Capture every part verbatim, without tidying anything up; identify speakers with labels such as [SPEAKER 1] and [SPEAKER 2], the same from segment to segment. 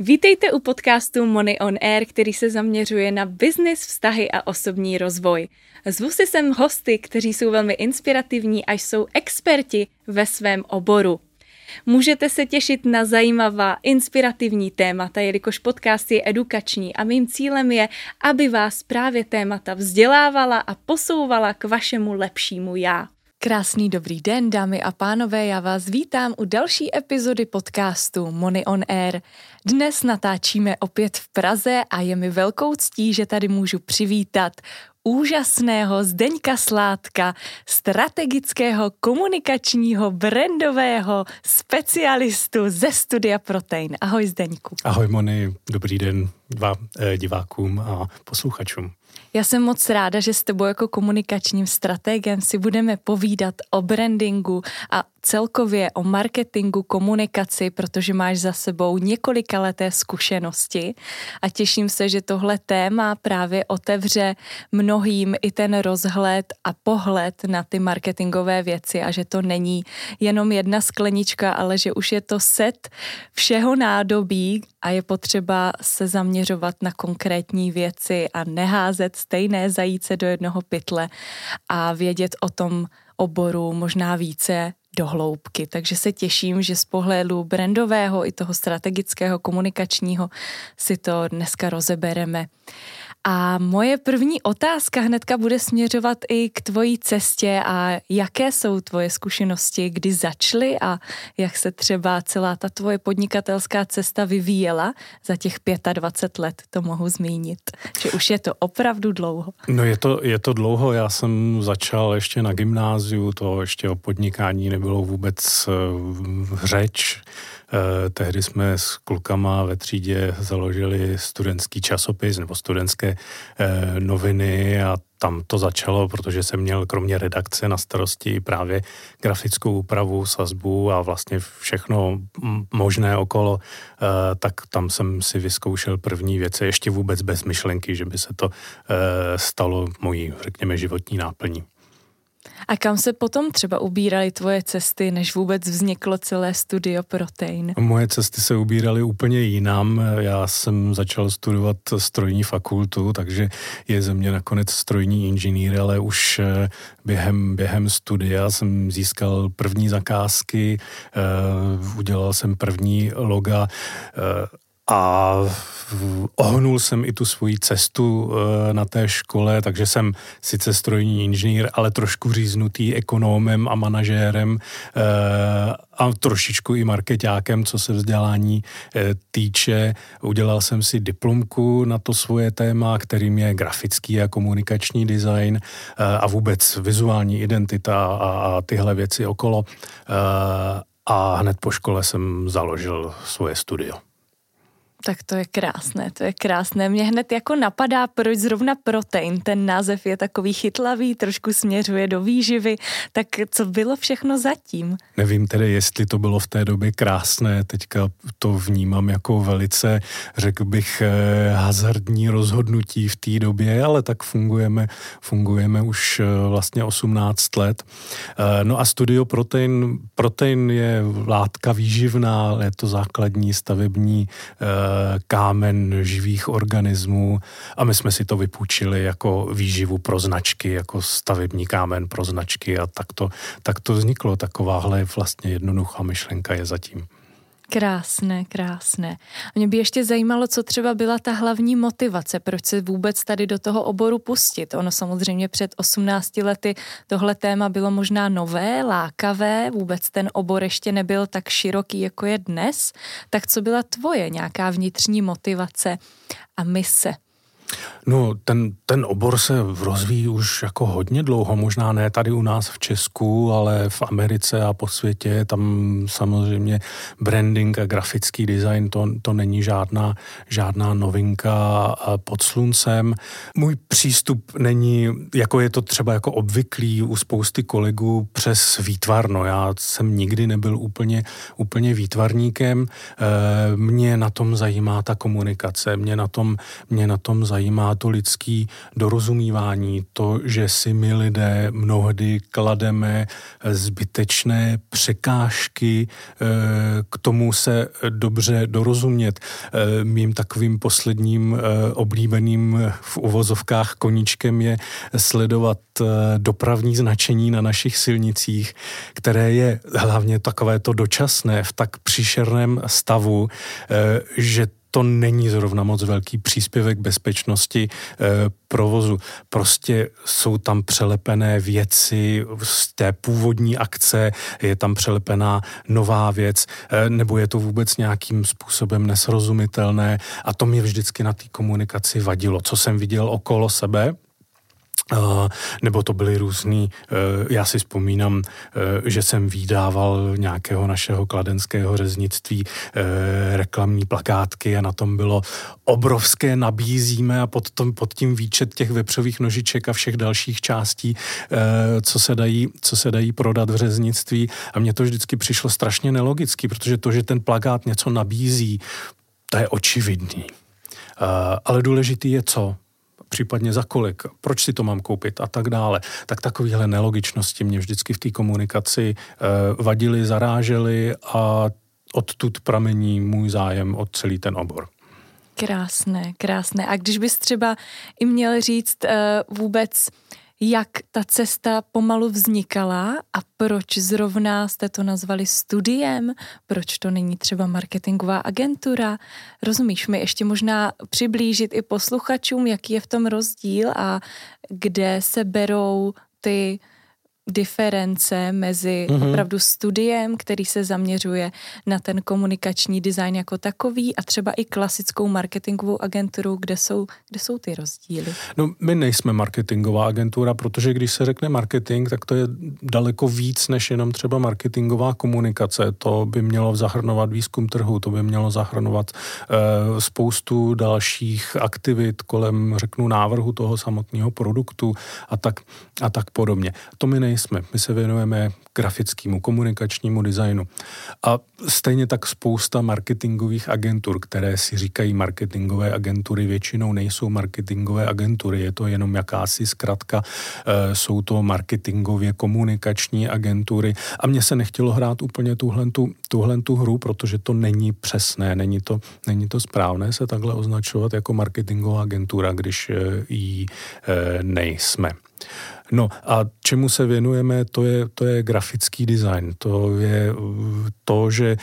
[SPEAKER 1] Vítejte u podcastu Money on Air, který se zaměřuje na business, vztahy a osobní rozvoj. Zvu si sem hosty, kteří jsou velmi inspirativní a jsou experti ve svém oboru. Můžete se těšit na zajímavá, inspirativní témata, jelikož podcast je edukační a mým cílem je, aby vás právě témata vzdělávala a posouvala k vašemu lepšímu já. Krásný dobrý den, dámy a pánové, já vás vítám u další epizody podcastu Money on Air. Dnes natáčíme opět v Praze a je mi velkou ctí, že tady můžu přivítat úžasného Zdeňka Sládka, strategického, komunikačního, brandového specialistu ze studia Protein. Ahoj Zdeňku.
[SPEAKER 2] Ahoj Moni, dobrý den dva eh, divákům a posluchačům.
[SPEAKER 1] Já jsem moc ráda, že s tebou jako komunikačním strategem si budeme povídat o brandingu a celkově o marketingu, komunikaci, protože máš za sebou několikaleté zkušenosti a těším se, že tohle téma právě otevře mnohým i ten rozhled a pohled na ty marketingové věci a že to není jenom jedna sklenička, ale že už je to set všeho nádobí a je potřeba se zaměřovat na konkrétní věci a neházet stejné zajíce do jednoho pytle a vědět o tom oboru možná více do hloubky. Takže se těším, že z pohledu brandového i toho strategického, komunikačního si to dneska rozebereme. A moje první otázka hnedka bude směřovat i k tvojí cestě a jaké jsou tvoje zkušenosti, kdy začaly a jak se třeba celá ta tvoje podnikatelská cesta vyvíjela za těch dvacet pět let, to mohu zmínit, že už je to opravdu dlouho.
[SPEAKER 2] No je to, je to dlouho, já jsem začal ještě na gymnáziu, to ještě o podnikání nebylo vůbec řeč. Eh, tehdy jsme s klukama ve třídě založili studentský časopis nebo studentské eh, noviny a tam to začalo, protože jsem měl kromě redakce na starosti právě grafickou úpravu, sazbu a vlastně všechno možné okolo, eh, tak tam jsem si vyzkoušel první věci, ještě vůbec bez myšlenky, že by se to eh, stalo mojí, řekněme, životní náplní.
[SPEAKER 1] A kam se potom třeba ubíraly tvoje cesty, než vůbec vzniklo celé studio Protein?
[SPEAKER 2] Moje cesty se ubíraly úplně jinam. Já jsem začal studovat strojní fakultu, takže je ze mě nakonec strojní inženýr, ale už během, během studia jsem získal první zakázky, udělal jsem první loga, a ohnul jsem i tu svoji cestu na té škole, takže jsem sice strojní inženýr, ale trošku říznutý ekonomem a manažérem a trošičku i markeťákem, co se vzdělání týče. Udělal jsem si diplomku na to svoje téma, kterým je grafický a komunikační design a vůbec vizuální identita a tyhle věci okolo. A hned po škole jsem založil svoje studio.
[SPEAKER 1] Tak to je krásné, to je krásné. Mě hned jako napadá, proč zrovna Protein, ten název je takový chytlavý, trošku směřuje do výživy, tak co bylo všechno zatím?
[SPEAKER 2] Nevím tedy, jestli to bylo v té době krásné, teďka to vnímám jako velice, řekl bych, hazardní rozhodnutí v té době, ale tak fungujeme, fungujeme už vlastně osmnáct let. No a studio Protein, Protein je látka výživná, je to základní stavební kámen živých organismů a my jsme si to vypůjčili jako výživu pro značky, jako stavební kámen pro značky a tak to, tak to vzniklo. Takováhle vlastně jednoduchá myšlenka je zatím.
[SPEAKER 1] Krásné, krásné. Mě by ještě zajímalo, co třeba byla ta hlavní motivace, proč se vůbec tady do toho oboru pustit. Ono samozřejmě před osmnácti lety tohle téma bylo možná nové, lákavé, vůbec ten obor ještě nebyl tak široký, jako je dnes. Tak co byla tvoje nějaká vnitřní motivace a mise?
[SPEAKER 2] No, ten, ten obor se rozvíjí už jako hodně dlouho, možná ne tady u nás v Česku, ale v Americe a po světě, tam samozřejmě branding a grafický design, to, to není žádná, žádná novinka pod sluncem. Můj přístup není, jako je to třeba jako obvyklý u spousty kolegů, přes výtvarno. Já jsem nikdy nebyl úplně, úplně výtvarníkem. Mě na tom zajímá ta komunikace, mě na tom, mě na tom zajímá zajímá to lidský dorozumívání, to, že si my lidé mnohdy klademe zbytečné překážky k tomu se dobře dorozumět. Mým takovým posledním oblíbeným v uvozovkách koníčkem je sledovat dopravní značení na našich silnicích, které je hlavně takové to dočasné v tak příšerném stavu, že to není zrovna moc velký příspěvek bezpečnosti e, provozu. Prostě jsou tam přelepené věci z té původní akce, je tam přelepená nová věc, e, nebo je to vůbec nějakým způsobem nesrozumitelné a to mě vždycky na té komunikaci vadilo. Co jsem viděl okolo sebe, Uh, nebo to byly různý, uh, já si vzpomínám, uh, že jsem vydával nějakého našeho kladenského řeznictví uh, reklamní plakátky a na tom bylo obrovské nabízíme a pod, tom, pod tím výčet těch vepřových nožiček a všech dalších částí, uh, co se dají, co se dají prodat v řeznictví a mně to vždycky přišlo strašně nelogicky, protože to, že ten plakát něco nabízí, to je očividný. Uh, ale důležitý je co? Případně za kolik, proč si to mám koupit a tak dále. Tak takovéhle nelogičnosti mě vždycky v té komunikaci eh, vadily, zarážely a odtud pramení můj zájem o celý ten obor.
[SPEAKER 1] Krásné, krásné. A když bys třeba i měl říct eh, vůbec, jak ta cesta pomalu vznikala a proč zrovna jste to nazvali studiem, proč to není třeba marketingová agentura. Rozumíš mi ještě možná přiblížit i posluchačům, jaký je v tom rozdíl a kde se berou ty diference mezi mm-hmm. opravdu studiem, který se zaměřuje na ten komunikační design jako takový a třeba i klasickou marketingovou agenturu, kde jsou, kde jsou ty rozdíly?
[SPEAKER 2] No, my nejsme marketingová agentura, protože když se řekne marketing, tak to je daleko víc než jenom třeba marketingová komunikace. To by mělo zahrnovat výzkum trhu, to by mělo zahrnovat uh, spoustu dalších aktivit kolem, řeknu, návrhu toho samotného produktu a tak, a tak podobně. To my nejsme. My se věnujeme grafickému, komunikačnímu designu. A stejně tak spousta marketingových agentur, které si říkají marketingové agentury, většinou nejsou marketingové agentury, je to jenom jakási zkratka, e, jsou to marketingově komunikační agentury. A mně se nechtělo hrát úplně tuhlentu, tuhlentu hru, protože to není přesné, není to, není to správné se takhle označovat jako marketingová agentura, když e, jí e, nejsme. No a čemu se věnujeme, to je, to je grafický design. To je to, že e,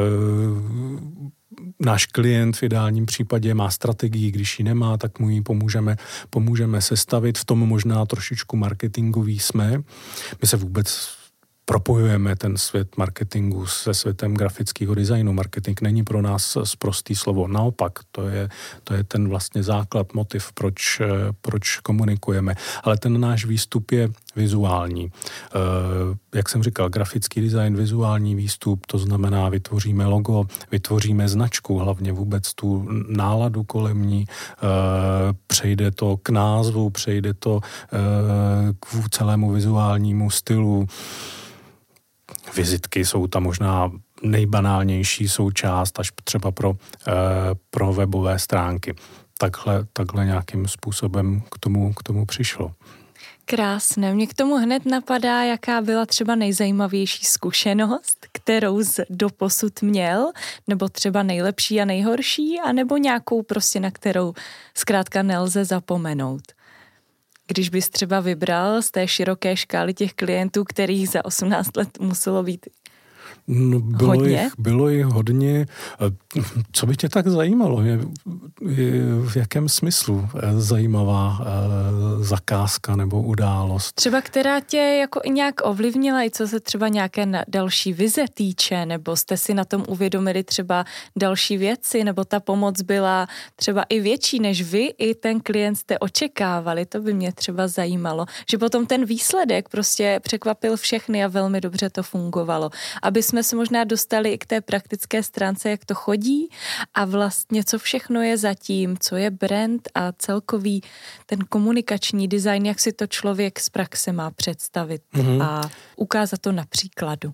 [SPEAKER 2] náš klient v ideálním případě má strategii, když ji nemá, tak mu ji pomůžeme, pomůžeme sestavit. V tom možná trošičku marketingový jsme. My se vůbec propojujeme ten svět marketingu se světem grafického designu. Marketing není pro nás sprostý slovo. Naopak, to je, to je ten vlastně základ, motiv, proč, proč komunikujeme. Ale ten náš výstup je vizuální. Jak jsem říkal, grafický design, vizuální výstup, to znamená, vytvoříme logo, vytvoříme značku, hlavně vůbec tu náladu kolem ní, přejde to k názvu, přejde to k celému vizuálnímu stylu. Vizitky jsou tam možná nejbanálnější součást až třeba pro, pro webové stránky. Takhle, takhle nějakým způsobem k tomu, k tomu přišlo.
[SPEAKER 1] Krásné. Mě k tomu hned napadá, jaká byla třeba nejzajímavější zkušenost, kterou jsi doposud měl, nebo třeba nejlepší a nejhorší, anebo nějakou prostě, na kterou zkrátka nelze zapomenout. Když bys třeba vybral z té široké škály těch klientů, kterých za osmnáct let muselo být
[SPEAKER 2] no, bylo
[SPEAKER 1] hodně?
[SPEAKER 2] Jich, bylo jich hodně. Co by tě tak zajímalo? Je, je, v jakém smyslu zajímavá uh, zakázka nebo událost?
[SPEAKER 1] Třeba která tě jako i nějak ovlivnila, i co se třeba nějaké další vize týče, nebo jste si na tom uvědomili třeba další věci, nebo ta pomoc byla třeba i větší, než vy i ten klient jste očekávali. To by mě třeba zajímalo. Že potom ten výsledek prostě překvapil všechny a velmi dobře to fungovalo. Aby jsme se možná dostali i k té praktické stránce, jak to chodí a vlastně co všechno je zatím, co je brand a celkový ten komunikační design, jak si to člověk z praxe má představit mm-hmm. a ukázat to na příkladu.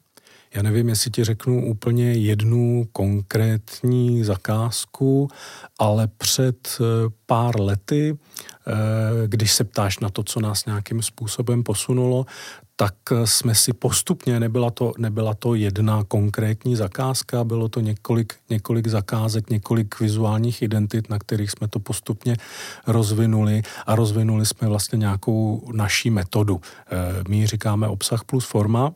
[SPEAKER 2] Já nevím, jestli ti řeknu úplně jednu konkrétní zakázku, ale před pár lety, když se ptáš na to, co nás nějakým způsobem posunulo, tak jsme si postupně, nebyla to, nebyla to jedna konkrétní zakázka, bylo to několik, několik zakázek, několik vizuálních identit, na kterých jsme to postupně rozvinuli a rozvinuli jsme vlastně nějakou naší metodu. My ji říkáme obsah plus forma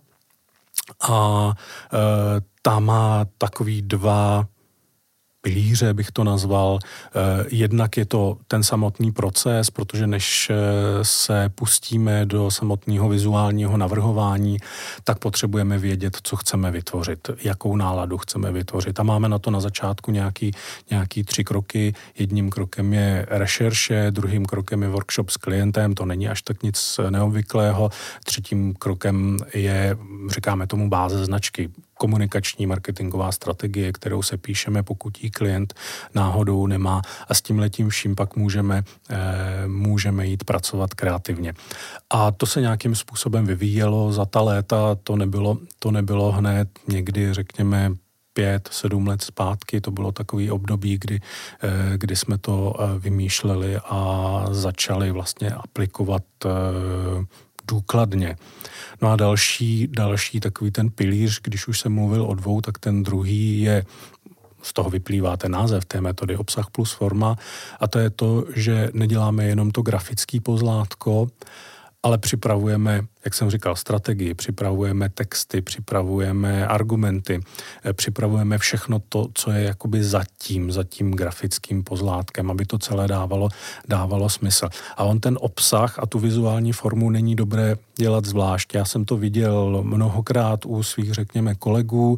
[SPEAKER 2] a ta má takový dva pilíře, bych to nazval. Jednak je to ten samotný proces, protože než se pustíme do samotného vizuálního navrhování, tak potřebujeme vědět, co chceme vytvořit, jakou náladu chceme vytvořit. A máme na to na začátku nějaký, nějaký tři kroky. Jedním krokem je rešerše, druhým krokem je workshop s klientem, to není až tak nic neobvyklého. Třetím krokem je, říkáme tomu, báze značky, komunikační marketingová strategie, kterou se píšeme, pokud ji klient náhodou nemá, a s tímhletím vším pak můžeme, eh, můžeme jít pracovat kreativně. A to se nějakým způsobem vyvíjelo za ta léta, to nebylo, to nebylo hned někdy, řekněme, pět, sedm let zpátky, to bylo takový období, kdy, eh, kdy jsme to eh, vymýšleli a začali vlastně aplikovat eh, důkladně. No a další, další takový ten pilíř, když už jsem mluvil o dvou, tak ten druhý je, z toho vyplývá ten název té metody obsah plus forma, a to je to, že neděláme jenom to grafické pozlátko, ale připravujeme, jak jsem říkal, strategii, připravujeme texty, připravujeme argumenty, připravujeme všechno to, co je jakoby za tím, za tím grafickým pozlátkem, aby to celé dávalo, dávalo smysl. A on ten obsah a tu vizuální formu není dobré dělat zvlášť. Já jsem to viděl mnohokrát u svých, řekněme, kolegů.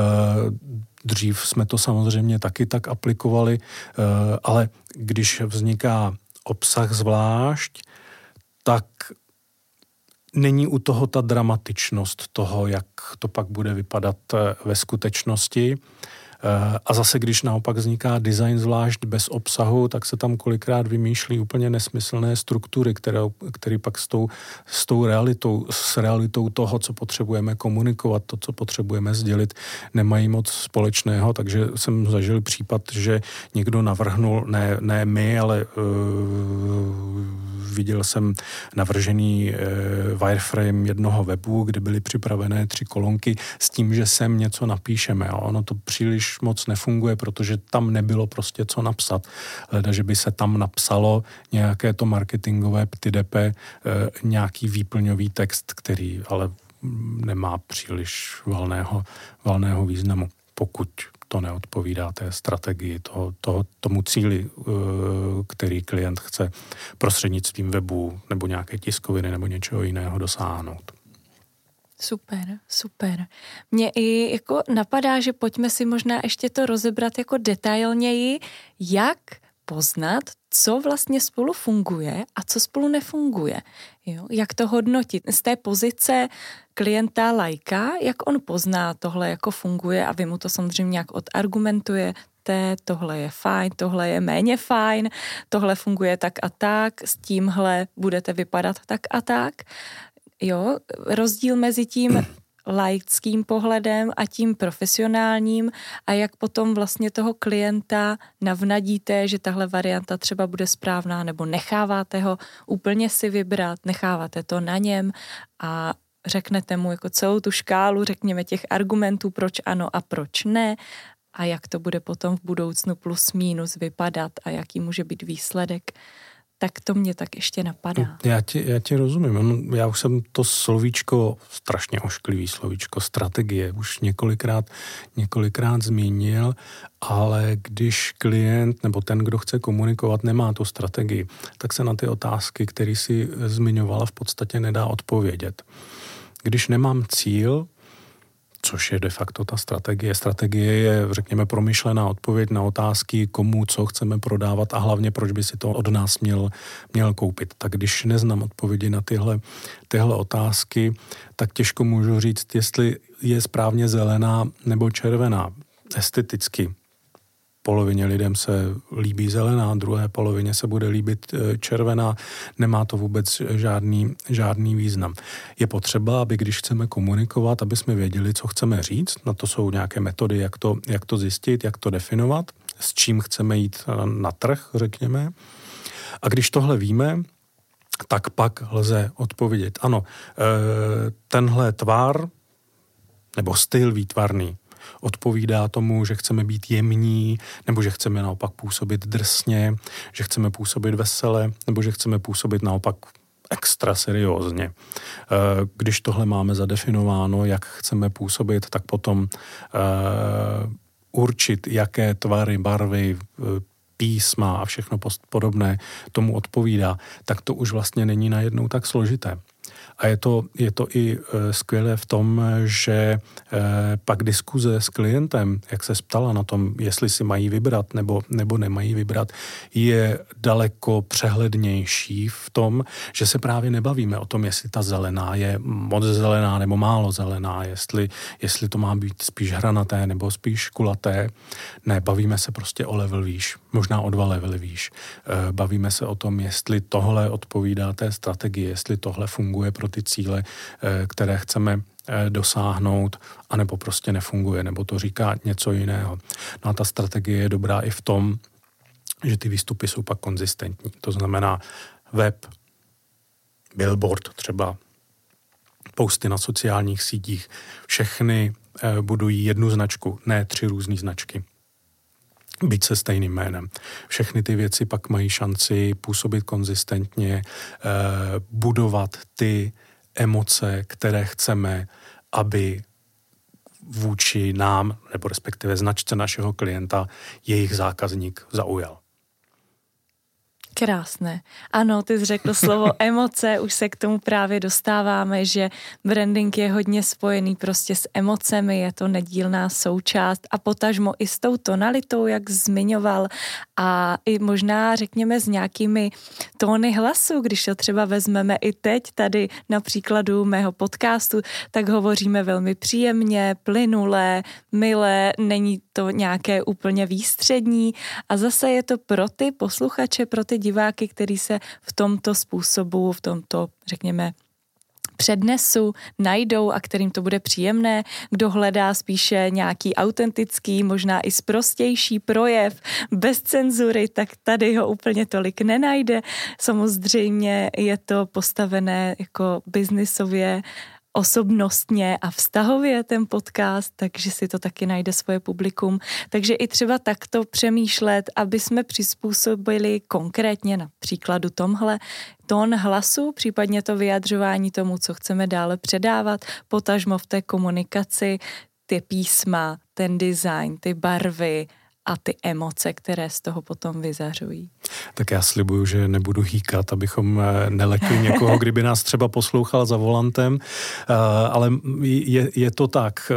[SPEAKER 2] Dřív jsme to samozřejmě taky tak aplikovali, ale když vzniká obsah zvlášť, tak není u toho ta dramatičnost toho, jak to pak bude vypadat ve skutečnosti. A zase, když naopak vzniká design zvlášť bez obsahu, tak se tam kolikrát vymýšlí úplně nesmyslné struktury, které, které pak s tou, s tou realitou, s realitou toho, co potřebujeme komunikovat, to, co potřebujeme sdělit, nemají moc společného, takže jsem zažil případ, že někdo navrhnul, ne, ne my, ale uh, viděl jsem navržený uh, wireframe jednoho webu, kde byly připravené tři kolonky s tím, že sem něco napíšeme. A ono to příliš moc nefunguje, protože tam nebylo prostě co napsat. Leda, že by se tam napsalo nějaké to marketingové ptydepe, e, nějaký výplňový text, který ale nemá příliš valného, valného významu, pokud to neodpovídá té strategii, toho, toho, tomu cíli, e, který klient chce prostřednictvím webu nebo nějaké tiskoviny nebo něčeho jiného dosáhnout.
[SPEAKER 1] Super, super. Mně i jako napadá, že pojďme si možná ještě to rozebrat jako detailněji, jak poznat, co vlastně spolu funguje a co spolu nefunguje. Jo? Jak to hodnotit z té pozice klienta laika, jak on pozná tohle jako funguje a vy mu to samozřejmě nějak odargumentujete, tohle je fajn, tohle je méně fajn, tohle funguje tak a tak, s tímhle budete vypadat tak a tak. Jo, rozdíl mezi tím laickým pohledem a tím profesionálním a jak potom vlastně toho klienta navnadíte, že tahle varianta třeba bude správná, nebo necháváte ho úplně si vybrat, necháváte to na něm a řeknete mu jako celou tu škálu, řekněme, těch argumentů, proč ano a proč ne, a jak to bude potom v budoucnu plus minus vypadat a jaký může být výsledek. Tak to mě tak ještě napadá.
[SPEAKER 2] Já ti, já ti rozumím. Já už jsem to slovíčko, strašně ošklivý slovíčko, strategie, už několikrát, několikrát zmínil, ale když klient nebo ten, kdo chce komunikovat, nemá tu strategii, tak se na ty otázky, které si zmiňovala, v podstatě nedá odpovědět. Když nemám cíl, což je de facto ta strategie. Strategie je, řekněme, promyšlená odpověď na otázky, komu, co chceme prodávat a hlavně, proč by si to od nás měl, měl koupit. Tak když neznám odpovědi na tyhle, tyhle otázky, tak těžko můžu říct, jestli je správně zelená nebo červená. Esteticky polovině lidem se líbí zelená, druhé polovině se bude líbit červená, nemá to vůbec žádný, žádný význam. Je potřeba, aby když chceme komunikovat, aby jsme věděli, co chceme říct, na to jsou nějaké metody, jak to, jak to zjistit, jak to definovat, s čím chceme jít na trh, řekněme. A když tohle víme, tak pak lze odpovědět. Ano, tenhle tvar nebo styl výtvarný odpovídá tomu, že chceme být jemní, nebo že chceme naopak působit drsně, že chceme působit vesele, nebo že chceme působit naopak extra seriózně. Když tohle máme zadefinováno, jak chceme působit, tak potom určit, jaké tvary, barvy, písma a všechno podobné tomu odpovídá, tak to už vlastně není najednou tak složité. A je to, je to i e, skvělé v tom, že e, pak diskuze s klientem, jak se ptala na tom, jestli si mají vybrat nebo, nebo nemají vybrat, je daleko přehlednější v tom, že se právě nebavíme o tom, jestli ta zelená je moc zelená nebo málo zelená, jestli, jestli to má být spíš hranaté nebo spíš kulaté. Ne, bavíme se prostě o level výš, možná o dva levely výš. E, bavíme se o tom, jestli tohle odpovídá té strategii, jestli tohle funguje pro ty cíle, které chceme dosáhnout, anebo prostě nefunguje, nebo to říká něco jiného. No a ta strategie je dobrá i v tom, že ty výstupy jsou pak konzistentní. To znamená web, billboard třeba, posty na sociálních sítích, všechny budují jednu značku, ne tři různé značky. Být se stejným jménem. Všechny ty věci pak mají šanci působit konzistentně, budovat ty emoce, které chceme, aby vůči nám, nebo respektive značce našeho klienta, jejich zákazník zaujal.
[SPEAKER 1] Krásné. Ano, ty jsi řekl slovo emoce, už se k tomu právě dostáváme, že branding je hodně spojený prostě s emocemi, je to nedílná součást a potažmo i s tou tonalitou, jak zmiňoval, a i možná řekněme s nějakými tóny hlasu, když to třeba vezmeme i teď tady na příkladu mého podcastu, tak hovoříme velmi příjemně, plynulé, milé, není to nějaké úplně výstřední a zase je to pro ty posluchače, pro ty diváky, který se v tomto způsobu, v tomto, řekněme, přednesu najdou a kterým to bude příjemné. Kdo hledá spíše nějaký autentický, možná i sprostější projev bez cenzury, tak tady ho úplně tolik nenajde. Samozřejmě je to postavené jako biznisově, osobnostně a vztahově ten podcast, takže si to taky najde svoje publikum. Takže i třeba takto přemýšlet, aby jsme přizpůsobili konkrétně na příkladu tomhle tón hlasu, případně to vyjadřování tomu, co chceme dále předávat, potažmo v té komunikaci, ty písma, ten design, ty barvy a ty emoce, které z toho potom vyzařují.
[SPEAKER 2] Tak já slibuju, že nebudu hýkat, abychom nelekli někoho, kdyby nás třeba poslouchal za volantem, ale je, je to tak,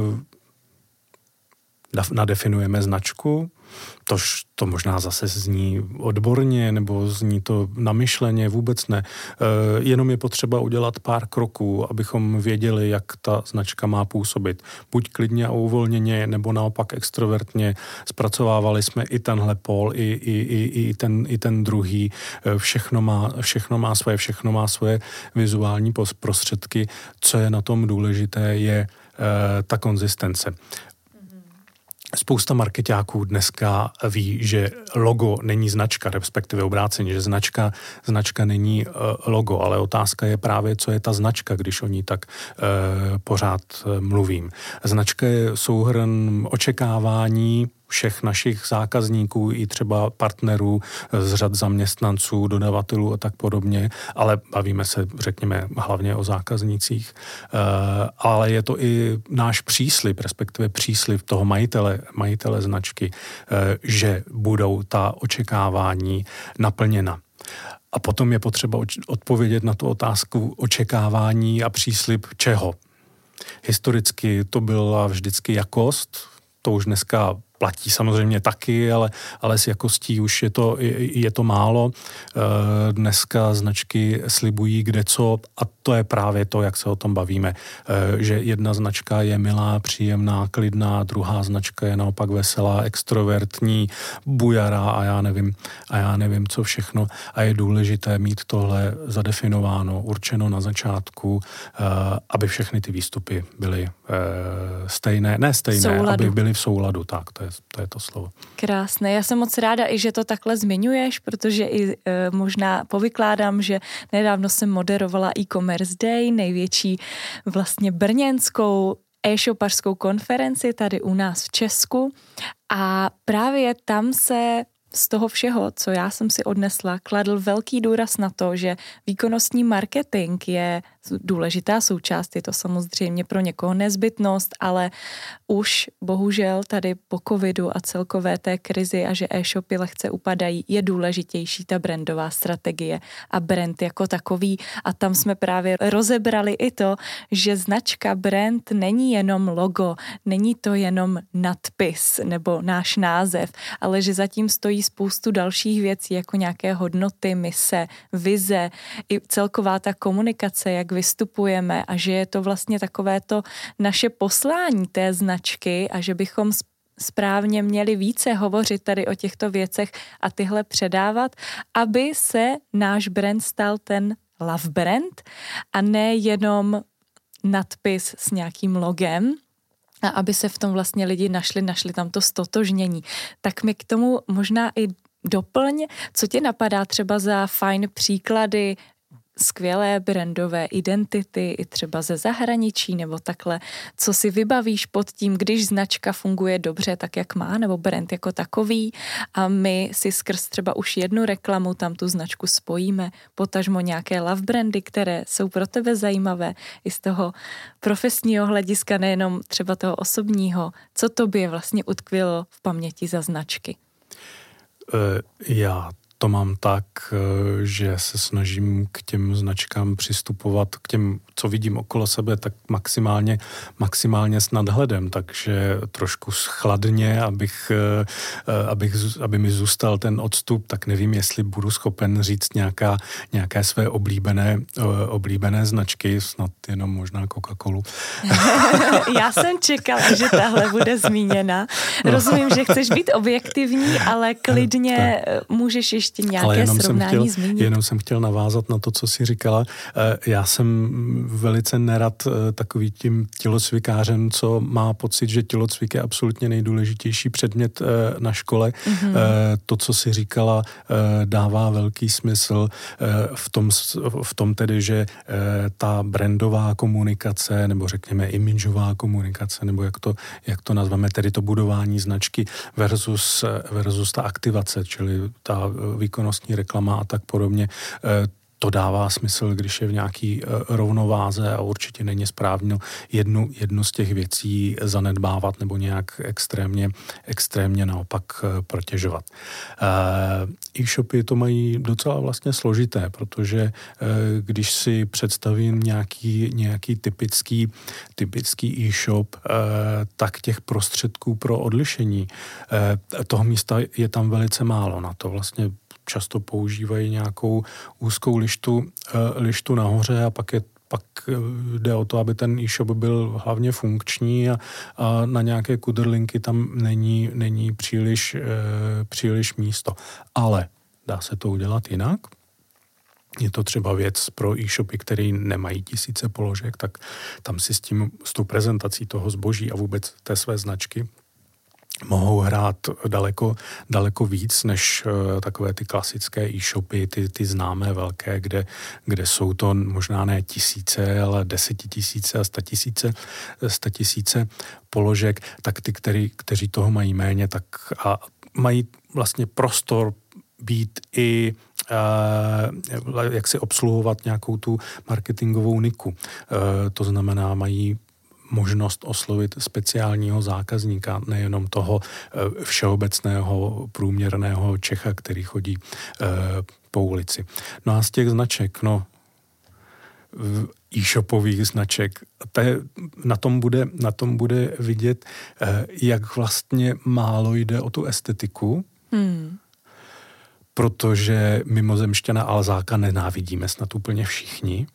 [SPEAKER 2] nadefinujeme značku, tož to možná zase zní odborně, nebo zní to namyšleně, vůbec ne. E, jenom je potřeba udělat pár kroků, abychom věděli, jak ta značka má působit. Buď klidně a uvolněně, nebo naopak extrovertně. Zpracovávali jsme i tenhle pól, i, i, i, i, ten, i ten druhý. Všechno má, všechno má svoje, všechno má svoje vizuální prostředky. Co je na tom důležité, je e, ta konzistence. Spousta markeťáků dneska ví, že logo není značka, respektive obráceně, že značka, značka není uh, logo, ale otázka je právě, co je ta značka, když o ní tak uh, pořád uh, mluvím. Značka je souhrn očekávání všech našich zákazníků i třeba partnerů z řad zaměstnanců, dodavatelů a tak podobně, ale bavíme se, řekněme, hlavně o zákaznících. E, ale je to i náš příslib, respektive příslib toho majitele, majitele značky, e, že budou ta očekávání naplněna. A potom je potřeba odpovědět na tu otázku očekávání a příslib čeho. Historicky to byla vždycky jakost, to už dneska platí samozřejmě taky, ale, ale s jakostí už je to, je, je to málo. Dneska značky slibují kde co a to je právě to, jak se o tom bavíme, že jedna značka je milá, příjemná, klidná, druhá značka je naopak veselá, extrovertní, bujará a já nevím, a já nevím, co všechno. A je důležité mít tohle zadefinováno, určeno na začátku, aby všechny ty výstupy byly stejné, ne stejné, souladu. Aby byly v souladu, tak, to je, to je to slovo.
[SPEAKER 1] Krásné, já jsem moc ráda i, že to takhle zmiňuješ, protože i e, možná povykládám, že nedávno jsem moderovala e-commerce day, největší vlastně brněnskou e-shopařskou konferenci tady u nás v Česku a právě tam se z toho všeho, co já jsem si odnesla, kladl velký důraz na to, že výkonnostní marketing je důležitá součást, je to samozřejmě pro někoho nezbytnost, ale už bohužel tady po covidu a celkové té krizi a že e-shopy lehce upadají, je důležitější ta brandová strategie a brand jako takový a tam jsme právě rozebrali i to, že značka brand není jenom logo, není to jenom nadpis nebo náš název, ale že zatím stojí spoustu dalších věcí, jako nějaké hodnoty, mise, vize, i celková ta komunikace, jak vystupujeme a že je to vlastně takové to naše poslání té značky a že bychom správně měli více hovořit tady o těchto věcech a tyhle předávat, aby se náš brand stal ten love brand a ne jenom nadpis s nějakým logem, a aby se v tom vlastně lidi našli, našli tam to stotožnění. Tak mi k tomu možná i doplň, co ti napadá třeba za fajn příklady skvělé brandové identity i třeba ze zahraničí nebo takhle, co si vybavíš pod tím, když značka funguje dobře tak, jak má, nebo brand jako takový a my si skrz třeba už jednu reklamu tam tu značku spojíme, potažmo nějaké love brandy, které jsou pro tebe zajímavé i z toho profesního hlediska, nejenom třeba toho osobního. Co tobě vlastně utkvělo v paměti za značky?
[SPEAKER 2] Uh, já to mám tak, že se snažím k těm značkám přistupovat, k těm, co vidím okolo sebe, tak maximálně, maximálně s nadhledem, takže trošku schladně, abych, abych, aby mi zůstal ten odstup, tak nevím, jestli budu schopen říct nějaká, nějaké své oblíbené, oblíbené značky, snad jenom možná Coca-Colu.
[SPEAKER 1] Já jsem čekala, že tahle bude zmíněna. Rozumím, že chceš být objektivní, ale klidně tak. Můžeš ještě nějaké
[SPEAKER 2] ale jenom
[SPEAKER 1] srovnání
[SPEAKER 2] jsem chtěl,
[SPEAKER 1] zmínit.
[SPEAKER 2] Jenom jsem chtěl navázat na to, co jsi říkala. Já jsem velice nerad takový tím tělocvikářem, co má pocit, že tělocvik je absolutně nejdůležitější předmět na škole. Mm-hmm. To, co jsi říkala, dává velký smysl v tom, v tom tedy, že ta brandová komunikace, nebo řekněme imidžová komunikace, nebo jak to, jak to nazveme, tedy to budování značky versus, versus ta aktivace, čili ta výkonnostní reklama a tak podobně. To dává smysl, když je v nějaký rovnováze a určitě není správně jednu, jednu z těch věcí zanedbávat nebo nějak extrémně, extrémně naopak protěžovat. E-shopy to mají docela vlastně složité, protože když si představím nějaký, nějaký typický, typický e-shop, tak těch prostředků pro odlišení toho místa je tam velice málo. Na to vlastně často používají nějakou úzkou lištu, lištu nahoře a pak je pak jde o to, aby ten e-shop byl hlavně funkční a, a na nějaké kudrlinky tam není, není příliš, příliš místo. Ale dá se to udělat jinak. Je to třeba věc pro e-shopy, které nemají tisíce položek, tak tam si s tím, s tou prezentací toho zboží a vůbec té své značky mohou hrát daleko, daleko víc než uh, takové ty klasické e-shopy, ty, ty známé velké, kde, kde jsou to možná ne tisíce, ale desetitisíce a statisíce, statisíce položek, tak ty, který, kteří toho mají méně, tak a mají vlastně prostor být i uh, jak si obsluhovat nějakou tu marketingovou niku. Uh, to znamená, mají možnost oslovit speciálního zákazníka, nejenom toho všeobecného průměrného Čecha, který chodí po ulici. No a z těch značek, no e-shopových značek. To je, na, tom bude, na tom bude vidět, jak vlastně málo jde o tu estetiku, hmm. protože mimozemšťana Alzáka nenávidíme snad úplně všichni.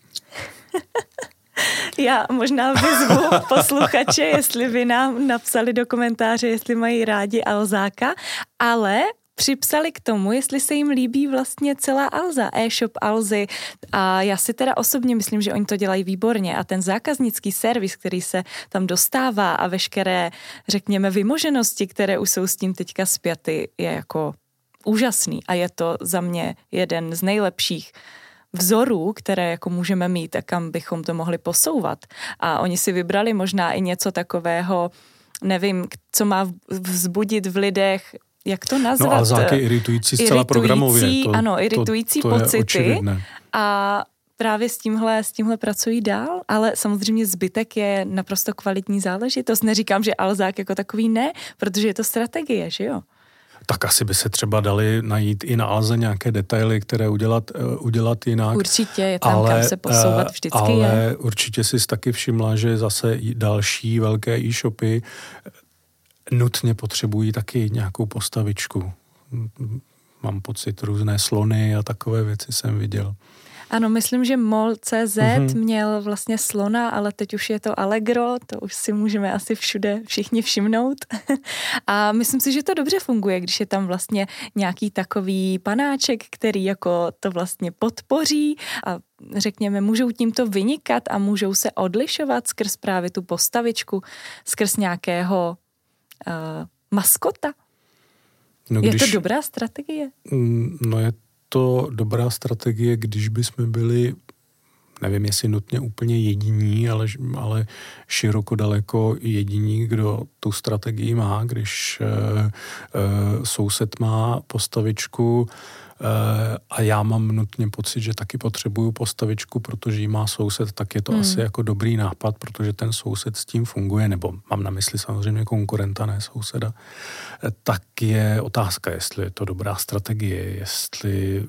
[SPEAKER 1] Já možná vyzvu posluchače, jestli by nám napsali do komentáře, jestli mají rádi Alzáka, ale připsali k tomu, jestli se jim líbí vlastně celá Alza, e-shop Alzy. A já si teda osobně myslím, že oni to dělají výborně a ten zákaznický servis, který se tam dostává a veškeré, řekněme, vymoženosti, které už jsou s tím teďka spjaty, je jako úžasný a je to za mě jeden z nejlepších vzorů, které jako můžeme mít a kam bychom to mohli posouvat. A oni si vybrali možná i něco takového, nevím, co má vzbudit v lidech, jak to nazvat?
[SPEAKER 2] No Alzák je iritující zcela programově.
[SPEAKER 1] To, ano, iritující
[SPEAKER 2] to, to
[SPEAKER 1] pocity. A právě s tímhle, s tímhle pracují dál, ale samozřejmě zbytek je naprosto kvalitní záležitost. Neříkám, že Alzák jako takový ne, protože je to strategie, že jo?
[SPEAKER 2] Tak asi by se třeba dali najít i na Alze nějaké detaily, které udělat, uh, udělat jinak.
[SPEAKER 1] Určitě je tam, ale, kam se posouvat vždycky
[SPEAKER 2] ale
[SPEAKER 1] je.
[SPEAKER 2] Ale určitě jsi taky všimla, že zase další velké e-shopy nutně potřebují taky nějakou postavičku. Mám pocit, různé slony a takové věci jsem viděl.
[SPEAKER 1] Ano, myslím, že mol tečka cé zet mm-hmm. měl vlastně slona, ale teď už je to Allegro, to už si můžeme asi všude všichni všimnout. A myslím si, že to dobře funguje, když je tam vlastně nějaký takový panáček, který jako to vlastně podpoří a řekněme, můžou tímto vynikat a můžou se odlišovat skrz právě tu postavičku, skrz nějakého uh, maskota. No, když, je to dobrá strategie?
[SPEAKER 2] No je to dobrá strategie, když bychom byli, nevím, jestli nutně úplně jediní, ale, ale široko daleko jediní, kdo tu strategii má, když uh, uh, soused má postavičku, a já mám nutně pocit, že taky potřebuju postavičku, protože jí má soused, tak je to hmm. asi jako dobrý nápad, protože ten soused s tím funguje, nebo mám na mysli samozřejmě konkurenta, ne souseda. Tak je otázka, jestli je to dobrá strategie, jestli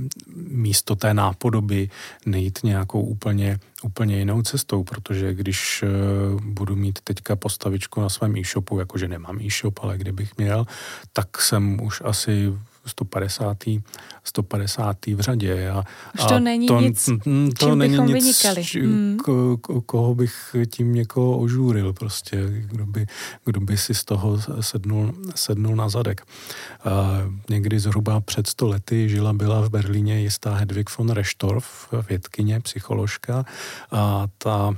[SPEAKER 2] místo té nápodoby nejít nějakou úplně, úplně jinou cestou, protože když budu mít teďka postavičku na svém e-shopu, jakože nemám e-shop, ale kdybych měl, tak jsem už asi sto padesátý v řadě. A,
[SPEAKER 1] Už to
[SPEAKER 2] a
[SPEAKER 1] není
[SPEAKER 2] to,
[SPEAKER 1] nic,
[SPEAKER 2] to
[SPEAKER 1] čím
[SPEAKER 2] není
[SPEAKER 1] bychom
[SPEAKER 2] nic,
[SPEAKER 1] vynikali.
[SPEAKER 2] Č, ko, ko, koho bych tím někoho ožůril prostě, kdo by, kdo by si z toho sednul, sednul na zadek. A někdy zhruba před sto lety žila byla v Berlíně jistá Hedwig von Restorff, vědkyně, psycholožka, a ta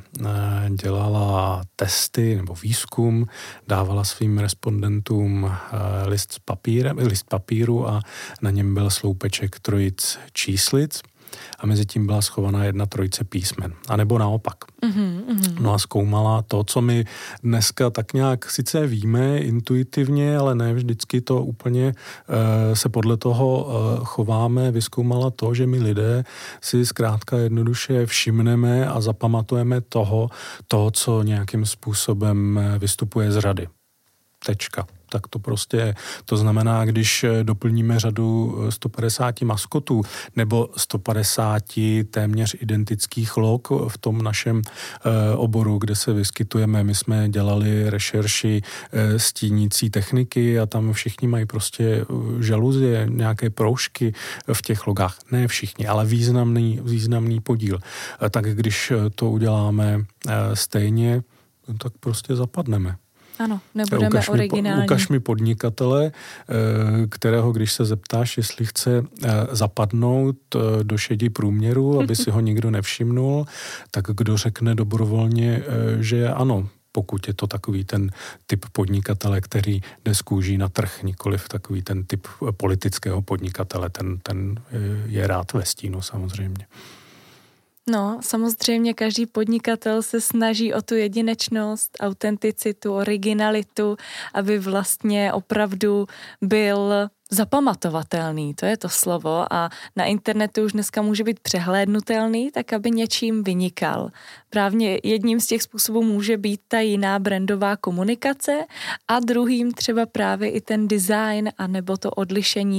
[SPEAKER 2] dělala testy nebo výzkum, dávala svým respondentům list, papír, list papíru a na něm byl sloupeček trojic číslic a mezi tím byla schovaná jedna trojice písmen. A nebo naopak. Mm-hmm, mm-hmm. No a zkoumala to, co my dneska tak nějak sice víme intuitivně, ale ne vždycky to úplně uh, se podle toho uh, chováme. Vyzkoumala to, že my lidé si zkrátka jednoduše všimneme a zapamatujeme toho, toho, co nějakým způsobem vystupuje z řady. Tečka. Tak to prostě je. To znamená, když doplníme řadu sto padesát maskotů nebo sto padesát téměř identických log v tom našem e, oboru, kde se vyskytujeme. My jsme dělali rešerši e, stínící techniky a tam všichni mají prostě žaluzie, nějaké proužky v těch logách. Ne všichni, ale významný, významný podíl. E, tak když to uděláme e, stejně, tak prostě zapadneme.
[SPEAKER 1] Ano, nebudeme
[SPEAKER 2] ukaž
[SPEAKER 1] originální.
[SPEAKER 2] Mi, ukaž mi podnikatele, kterého, když se zeptáš, jestli chce zapadnout do šedí průměru, aby si ho nikdo nevšimnul, tak kdo řekne dobrovolně, že ano, pokud je to takový ten typ podnikatele, který jde z kůží na trh, nikoliv takový ten typ politického podnikatele, ten, ten je rád ve stínu samozřejmě.
[SPEAKER 1] No, samozřejmě každý podnikatel se snaží o tu jedinečnost, autenticitu, originalitu, aby vlastně opravdu byl zapamatovatelný, to je to slovo, a na internetu už dneska může být přehlédnutelný, tak aby něčím vynikal. Právě jedním z těch způsobů může být ta jiná brandová komunikace a druhým třeba právě i ten design a nebo to odlišení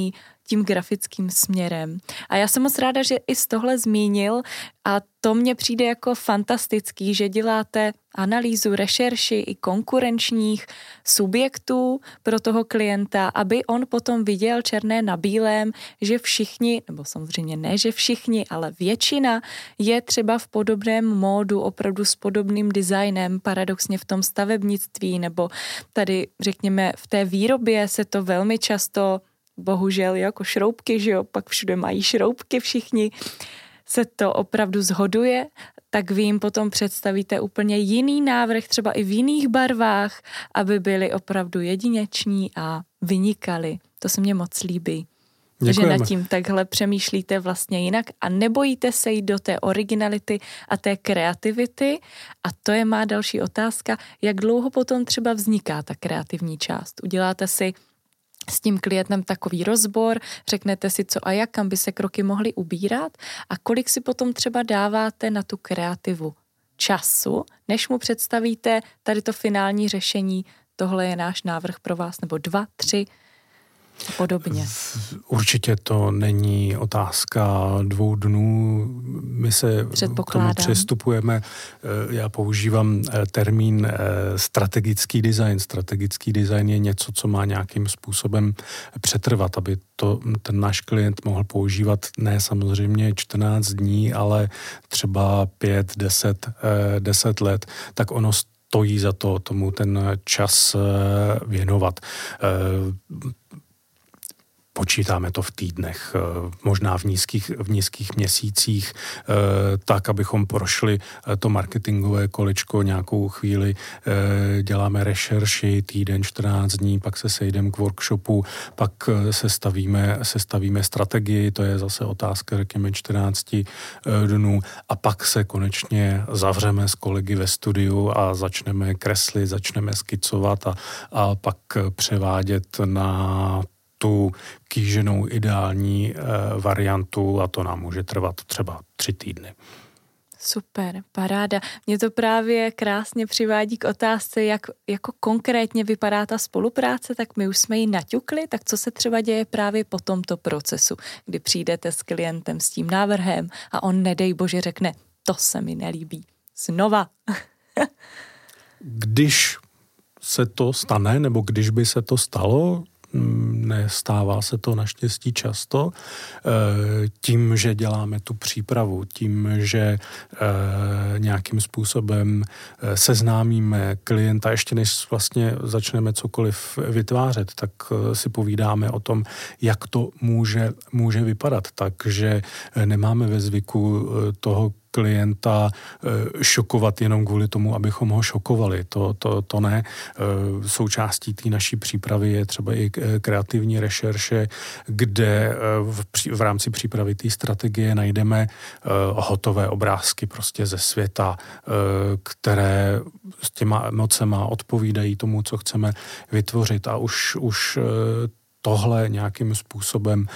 [SPEAKER 1] tím grafickým směrem. A já jsem moc ráda, že i z tohle zmínil a to mně přijde jako fantastický, že děláte analýzu, rešerši i konkurenčních subjektů pro toho klienta, aby on potom viděl černé na bílém, že všichni, nebo samozřejmě ne, že všichni, ale většina je třeba v podobném módu, opravdu s podobným designem, paradoxně v tom stavebnictví, nebo tady řekněme v té výrobě se to velmi často, bohužel jako šroubky, že jo, pak všude mají šroubky všichni, se to opravdu shoduje, tak vy jim potom představíte úplně jiný návrh, třeba i v jiných barvách, aby byli opravdu jedineční a vynikali. To se mně moc líbí.
[SPEAKER 2] Děkujeme.
[SPEAKER 1] Že nad tím takhle přemýšlíte vlastně jinak a nebojíte se jít do té originality a té kreativity. A to je má další otázka, jak dlouho potom třeba vzniká ta kreativní část. Uděláte si s tím klientem takový rozbor, řeknete si co a jak, kam by se kroky mohly ubírat a kolik si potom třeba dáváte na tu kreativu času, než mu představíte tady to finální řešení, tohle je náš návrh pro vás, nebo dva, tři a podobně.
[SPEAKER 2] Určitě to není otázka dvou dnů. My se k tomu přistupujeme. Já používám termín strategický design. Strategický design je něco, co má nějakým způsobem přetrvat, aby to ten náš klient mohl používat ne samozřejmě čtrnáct dní, ale třeba pět, deset, deset let, tak ono stojí za to tomu ten čas věnovat. Počítáme to v týdnech, možná v nízkých, v nízkých měsících, tak, abychom prošli to marketingové kolečko nějakou chvíli, děláme rešerši, týden, čtrnáct dní, pak se sejdeme k workshopu, pak se stavíme, se stavíme strategii, to je zase otázka, řekněme, čtrnáct dnů a pak se konečně zavřeme s kolegy ve studiu a začneme kreslit, začneme skicovat a, a pak převádět na tu kýženou ideální e, variantu a to nám může trvat třeba tři týdny.
[SPEAKER 1] Super, paráda. Mě to právě krásně přivádí k otázce, jak jako konkrétně vypadá ta spolupráce, tak my už jsme ji naťukli, tak co se třeba děje právě po tomto procesu, kdy přijdete s klientem s tím návrhem a on nedej bože řekne, to se mi nelíbí. Znova.
[SPEAKER 2] Když se to stane, nebo když by se to stalo, nestává se to naštěstí často, tím, že děláme tu přípravu, tím, že nějakým způsobem seznámíme klienta, ještě než vlastně začneme cokoliv vytvářet, tak si povídáme o tom, jak to může, může vypadat. Takže nemáme ve zvyku toho klienta šokovat jenom kvůli tomu, abychom ho šokovali. To, to, to ne. Součástí té naší přípravy je třeba i kreativní rešerše, kde v, v rámci přípravy té strategie najdeme hotové obrázky prostě ze světa, které s těma emocema odpovídají tomu, co chceme vytvořit a už, už tohle nějakým způsobem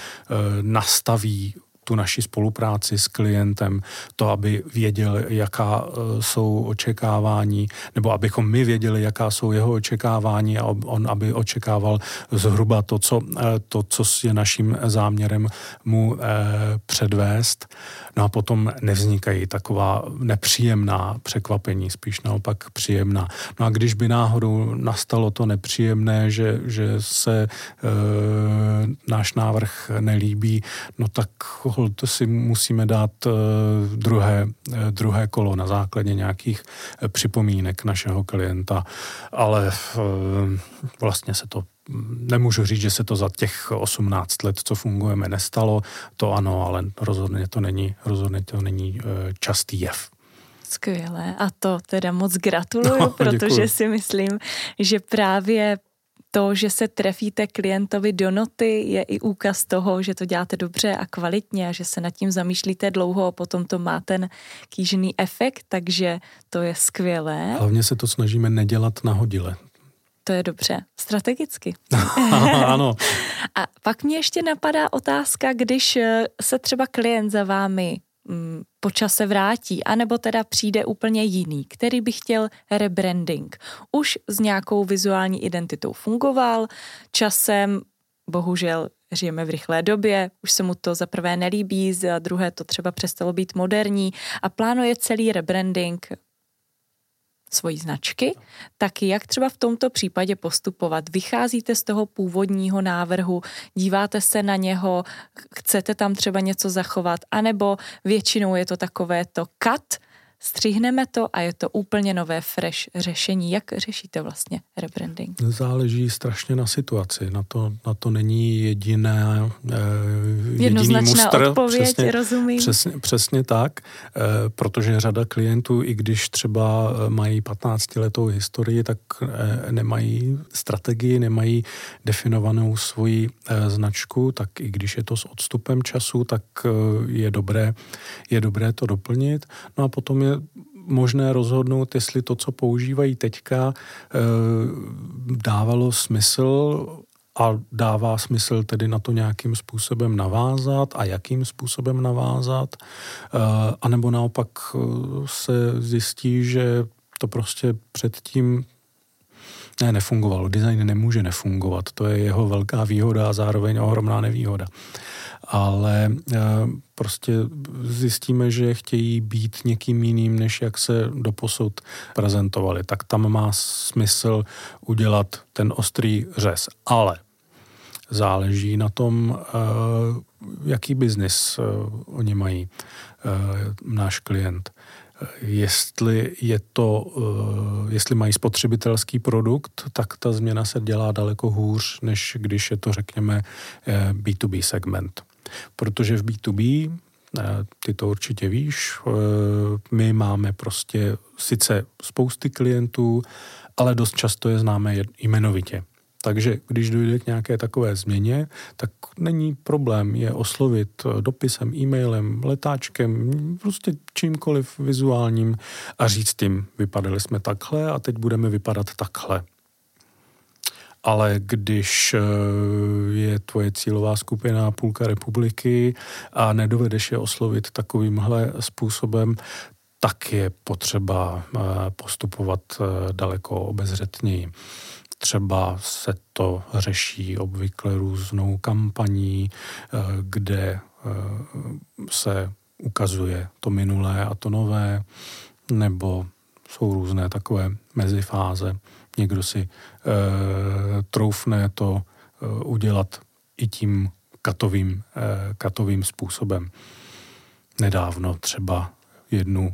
[SPEAKER 2] nastaví tu naši spolupráci s klientem, to, aby věděl, jaká jsou očekávání, nebo abychom my věděli, jaká jsou jeho očekávání a on, aby očekával zhruba to, co, to, co je naším záměrem mu eh, předvést. No a potom nevznikají taková nepříjemná překvapení, spíš naopak příjemná. No a když by náhodou nastalo to nepříjemné, že, že se eh, náš návrh nelíbí, no tak to si musíme dát druhé, druhé kolo na základě nějakých připomínek našeho klienta, ale vlastně se to, nemůžu říct, že se to za těch osmnáct let, co fungujeme, nestalo, to ano, ale rozhodně to není, rozhodně to není častý jev.
[SPEAKER 1] Skvělé a to teda moc gratuluju, no, protože si myslím, že právě to, že se trefíte klientovi do noty, je i úkaz toho, že to děláte dobře a kvalitně a že se nad tím zamýšlíte dlouho a potom to má ten kýžený efekt, takže to je skvělé.
[SPEAKER 2] Hlavně se to snažíme nedělat nahodile.
[SPEAKER 1] To je dobře. Strategicky.
[SPEAKER 2] Ano.
[SPEAKER 1] A pak mě ještě napadá otázka, když se třeba klient za vámi po čase vrátí, anebo teda přijde úplně jiný, který by chtěl rebranding. Už s nějakou vizuální identitou fungoval, časem, bohužel žijeme v rychlé době, už se mu to za prvé nelíbí, za druhé to třeba přestalo být moderní a plánuje celý rebranding svojí značky, tak jak třeba v tomto případě postupovat? Vycházíte z toho původního návrhu, díváte se na něho, chcete tam třeba něco zachovat, anebo většinou je to takové to cut, střihneme to a je to úplně nové fresh řešení. Jak řešíte vlastně rebranding?
[SPEAKER 2] Záleží strašně na situaci. Na to, na to není jediné eh, jediný
[SPEAKER 1] jednoznačná
[SPEAKER 2] mustr.
[SPEAKER 1] odpověď,
[SPEAKER 2] přesně,
[SPEAKER 1] rozumím.
[SPEAKER 2] Přesně, přesně tak, eh, protože řada klientů, i když třeba mají patnáctiletou historii, tak eh, nemají strategii, nemají definovanou svoji eh, značku, tak i když je to s odstupem času, tak eh, je dobré, je dobré to doplnit. No a potom je možné rozhodnout, jestli to, co používají teďka, dávalo smysl a dává smysl tedy na to nějakým způsobem navázat a jakým způsobem navázat, anebo naopak se zjistí, že to prostě předtím ne, nefungovalo. Design nemůže nefungovat. To je jeho velká výhoda a zároveň ohromná nevýhoda. Ale e, prostě zjistíme, že chtějí být někým jiným, než jak se doposud prezentovali. Tak tam má smysl udělat ten ostrý řez. Ale záleží na tom, e, jaký biznis e, oni mají, e, náš klient. Jestli je to, jestli mají spotřebitelský produkt, tak ta změna se dělá daleko hůř, než když je to, řekněme, bé dvě bé segment. Protože v bé dvě bé, ty to určitě víš, my máme prostě sice spousty klientů, ale dost často je známe jmenovitě. Takže když dojde k nějaké takové změně, tak není problém je oslovit dopisem, e-mailem, letáčkem, prostě čímkoliv vizuálním a říct jim, vypadali jsme takhle a teď budeme vypadat takhle. Ale když je tvoje cílová skupina půlka republiky a nedovedeš je oslovit takovýmhle způsobem, tak je potřeba postupovat daleko obezřetněji. Třeba se to řeší obvykle různou kampaní, kde se ukazuje to minulé a to nové, nebo jsou různé takové mezifáze. Někdo si e, troufne to e, udělat i tím katovým, e, katovým způsobem. Nedávno třeba jednu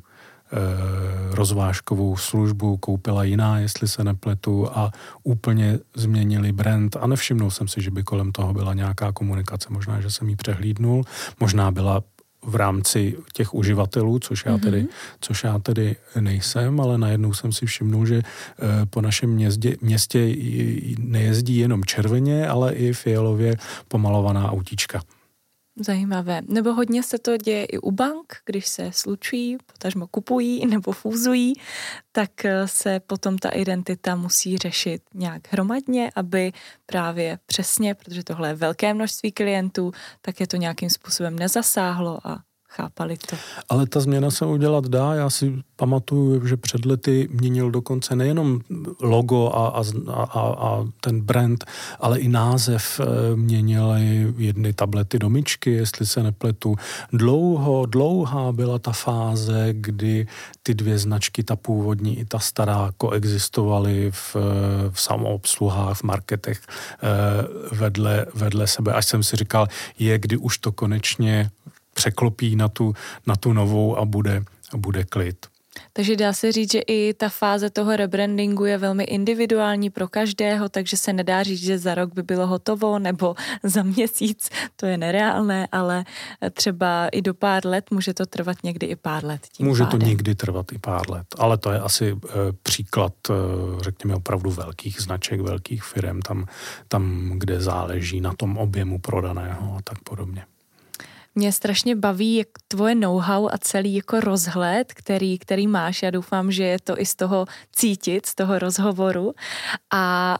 [SPEAKER 2] rozvážkovou službu koupila jiná, jestli se nepletu, a úplně změnili brand a nevšimnul jsem si, že by kolem toho byla nějaká komunikace. Možná, že jsem ji přehlídnul, možná byla v rámci těch uživatelů, což já tedy, mm-hmm. což já tedy nejsem, ale najednou jsem si všimnul, že po našem městě, městě nejezdí jenom červeně, ale i fialově pomalovaná autíčka.
[SPEAKER 1] Zajímavé. Nebo hodně se to děje i u bank, když se slučují, potažmo kupují nebo fúzují, tak se potom ta identita musí řešit nějak hromadně, aby právě přesně, protože tohle je velké množství klientů, tak je to nějakým způsobem nezasáhlo a chápali to.
[SPEAKER 2] Ale ta změna se udělat dá. Já si pamatuju, že před lety měnil dokonce nejenom logo a, a, a, a ten brand, ale i název měnily jedny tablety do myčky, jestli se nepletu. Dlouho, dlouhá byla ta fáze, kdy ty dvě značky, ta původní i ta stará, koexistovaly v, v samoobsluhách, v marketech vedle, vedle sebe. Až jsem si říkal, je, kdy už to konečně překlopí na tu, na tu novou a bude, a bude klid.
[SPEAKER 1] Takže dá se říct, že i ta fáze toho rebrandingu je velmi individuální pro každého, takže se nedá říct, že za rok by bylo hotovo nebo za měsíc, to je nereálné, ale třeba i do pár let může to trvat někdy i pár let. Tím
[SPEAKER 2] může
[SPEAKER 1] pádem.
[SPEAKER 2] to někdy trvat i pár let, ale to je asi e, příklad, e, řekněme, opravdu velkých značek, velkých firem, tam, tam, kde záleží na tom objemu prodaného a tak podobně.
[SPEAKER 1] Mě strašně baví jak tvoje know-how a celý jako rozhled, který, který máš. Já doufám, že je to i z toho cítit, z toho rozhovoru. A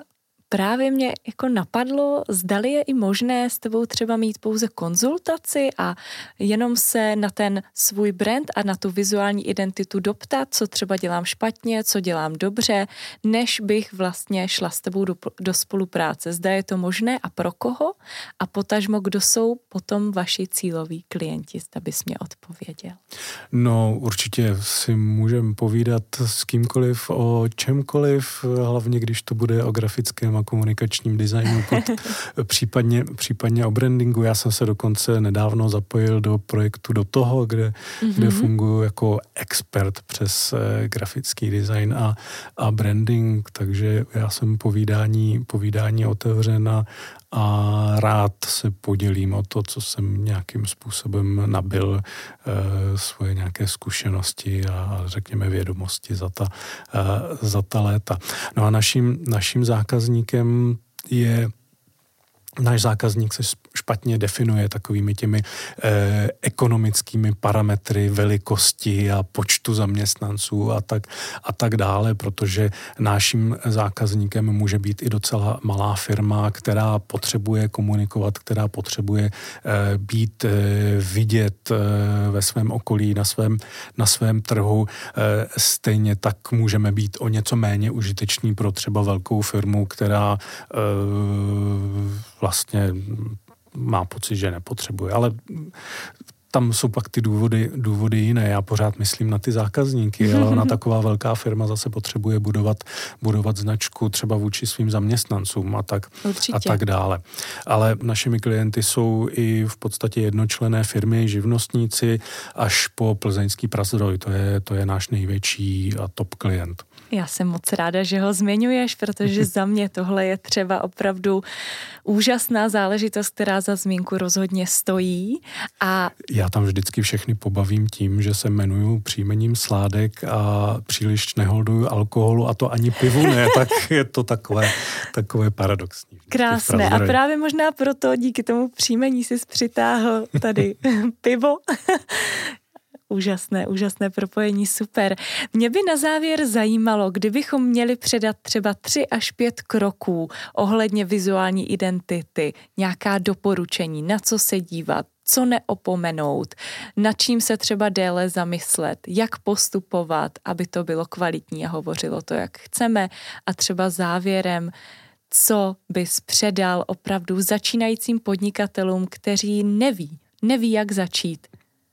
[SPEAKER 1] právě mě jako napadlo, zdali je i možné s tebou třeba mít pouze konzultaci a jenom se na ten svůj brand a na tu vizuální identitu doptat, co třeba dělám špatně, co dělám dobře, než bych vlastně šla s tebou do, do spolupráce. Zda je to možné a pro koho? A potažmo, kdo jsou potom vaši cíloví klienti, zda bys mě odpověděl.
[SPEAKER 2] No, určitě si můžeme povídat s kýmkoliv o čemkoliv, hlavně když to bude o grafickém a komunikačním designu, pod, případně, případně o brandingu. Já jsem se dokonce nedávno zapojil do projektu Do toho, kde, mm-hmm. kde funguji jako expert přes eh, grafický design a, a branding, takže já jsem povídání, povídání otevřen a, a rád se podělím o to, co jsem nějakým způsobem nabyl, eh, svoje nějaké zkušenosti a řekněme vědomosti za ta, eh, za ta léta. No a naším, naším zákazníkem je Náš zákazník se špatně definuje takovými těmi eh, ekonomickými parametry velikosti a počtu zaměstnanců a tak, a tak dále, protože naším zákazníkem může být i docela malá firma, která potřebuje komunikovat, která potřebuje eh, být eh, vidět eh, ve svém okolí, na svém, na svém trhu. Eh, stejně tak můžeme být o něco méně užiteční pro třeba velkou firmu, která eh, vlastně má pocit, že nepotřebuje, ale tam jsou pak ty důvody, důvody jiné. Já pořád myslím na ty zákazníky, ale ona taková velká firma zase potřebuje budovat, budovat značku třeba vůči svým zaměstnancům a tak, a tak dále. Ale našimi klienty jsou i v podstatě jednočlenné firmy, živnostníci až po plzeňský Prazdroj. To je, to je náš největší a top klient.
[SPEAKER 1] Já jsem moc ráda, že ho zmiňuješ, protože za mě tohle je třeba opravdu úžasná záležitost, která za zmínku rozhodně stojí. A
[SPEAKER 2] já tam vždycky všechny pobavím tím, že se jmenuju příjmením Sládek a příliš neholduju alkoholu a to ani pivu ne, tak je to takové, takové paradoxní.
[SPEAKER 1] Krásné a právě možná proto díky tomu příjmení jsi přitáhl tady pivo. Úžasné, úžasné propojení, super. Mě by na závěr zajímalo, kdybychom měli předat třeba tři až pět kroků ohledně vizuální identity, nějaká doporučení, na co se dívat, co neopomenout, nad čím se třeba déle zamyslet, jak postupovat, aby to bylo kvalitní a hovořilo to, jak chceme a třeba závěrem, co bys předal opravdu začínajícím podnikatelům, kteří neví, neví, jak začít.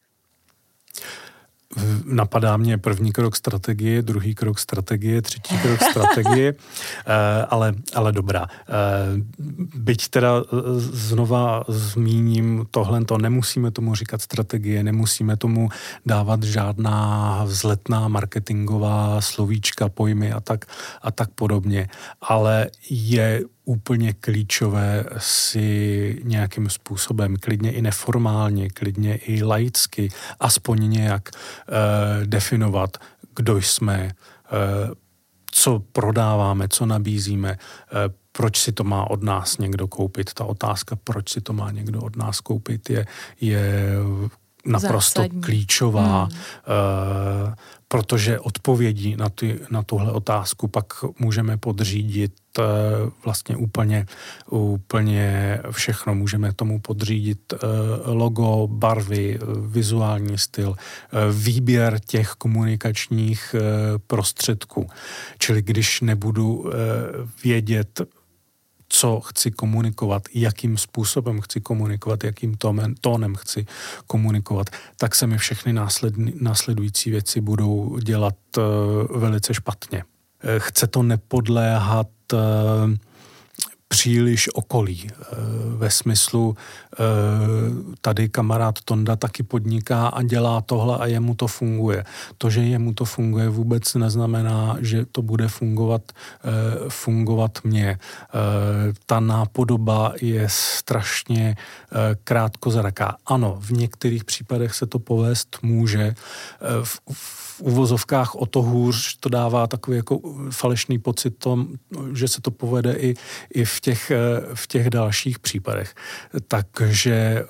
[SPEAKER 2] Napadá mě první krok strategie, druhý krok strategie, třetí krok strategie, ale, ale dobrá. Byť teda znova zmíním tohle, to nemusíme tomu říkat strategie, nemusíme tomu dávat žádná vzletná marketingová slovíčka, pojmy a tak, a tak podobně, ale je úplně klíčové si nějakým způsobem, klidně i neformálně, klidně i laicky, aspoň nějak eh, definovat, kdo jsme, eh, co prodáváme, co nabízíme, eh, proč si to má od nás někdo koupit. Ta otázka, proč si to má někdo od nás koupit, je, je naprosto zásadní. Klíčová, hmm. eh, protože odpovědí na, ty, na tuhle otázku pak můžeme podřídit eh, vlastně úplně, úplně všechno. Můžeme tomu podřídit eh, logo, barvy, vizuální styl, eh, výběr těch komunikačních eh, prostředků. Čili když nebudu eh, vědět, co chci komunikovat, jakým způsobem chci komunikovat, jakým tónem, tónem chci komunikovat, tak se mi všechny následný, následující věci budou dělat uh, velice špatně. Chce to nepodléhat uh, příliš okolí. Ve smyslu, tady kamarád Tonda taky podniká a dělá tohle a jemu to funguje. To, že jemu to funguje, vůbec neznamená, že to bude fungovat, fungovat mně. Ta nápodoba je strašně krátkozraká. Ano, v některých případech se to povést může. V, v uvozovkách o to hůř to dává takový jako falešný pocit tom, že se to povede i, i v těch, v těch dalších případech. Takže eh,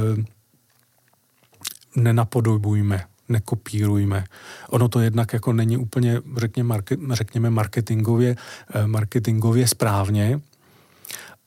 [SPEAKER 2] nenapodobujme, nekopírujme. Ono to jednak jako není úplně, řekněme, marketingově, marketingově správně,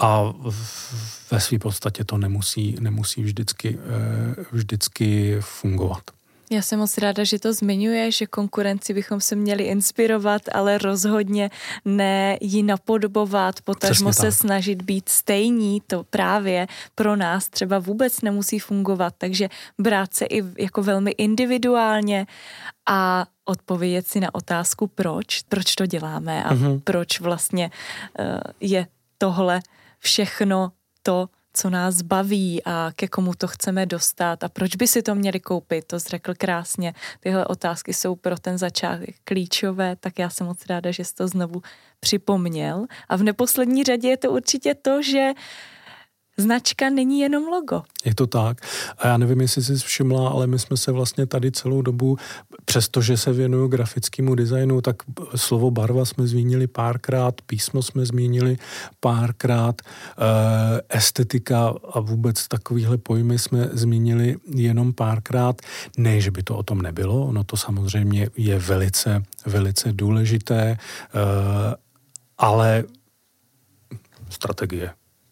[SPEAKER 2] a ve své podstatě to nemusí, nemusí vždycky, vždycky fungovat.
[SPEAKER 1] Já jsem moc ráda, že to zmiňuje, že konkurenci bychom se měli inspirovat, ale rozhodně ne ji napodobovat, potažmo se snažit být stejní, to právě pro nás třeba vůbec nemusí fungovat, takže brát se i jako velmi individuálně a odpovědět si na otázku proč, proč to děláme a mm-hmm. proč vlastně uh, je tohle všechno to, co nás baví a ke komu to chceme dostat a proč by si to měli koupit, to jsi řekl krásně. Tyhle otázky jsou pro ten začátek klíčové, tak já jsem moc ráda, že jsi to znovu připomněl. A v neposlední řadě je to určitě to, že značka není jenom logo.
[SPEAKER 2] Je to tak. A já nevím, jestli jsi všimla, ale my jsme se vlastně tady celou dobu, přestože se věnuju grafickému designu, tak slovo barva jsme zmínili párkrát, písmo jsme zmínili párkrát, estetika a vůbec takovýhle pojmy jsme zmínili jenom párkrát. Ne, že by to o tom nebylo, ono to samozřejmě je velice, velice důležité, ale strategie.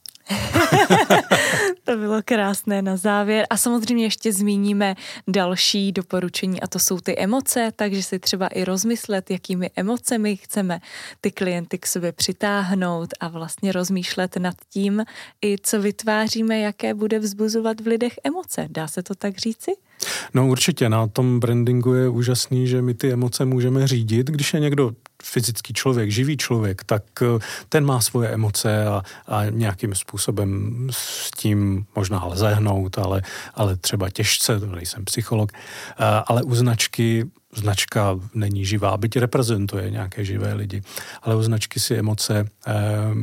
[SPEAKER 1] To bylo krásné na závěr a samozřejmě ještě zmíníme další doporučení a to jsou ty emoce, takže si třeba i rozmyslet, jakými emocemi chceme ty klienty k sobě přitáhnout a vlastně rozmýšlet nad tím, i co vytváříme, jaké bude vzbuzovat v lidech emoce. Dá se to tak říci?
[SPEAKER 2] No určitě, na tom brandingu je úžasný, že my ty emoce můžeme řídit. Když je někdo fyzický člověk, živý člověk, tak ten má svoje emoce a, a nějakým způsobem s tím možná lze hnout, ale, ale třeba těžce, to nejsem psycholog, ale u značky značka není živá, byť reprezentuje nějaké živé lidi, ale u značky si emoce e,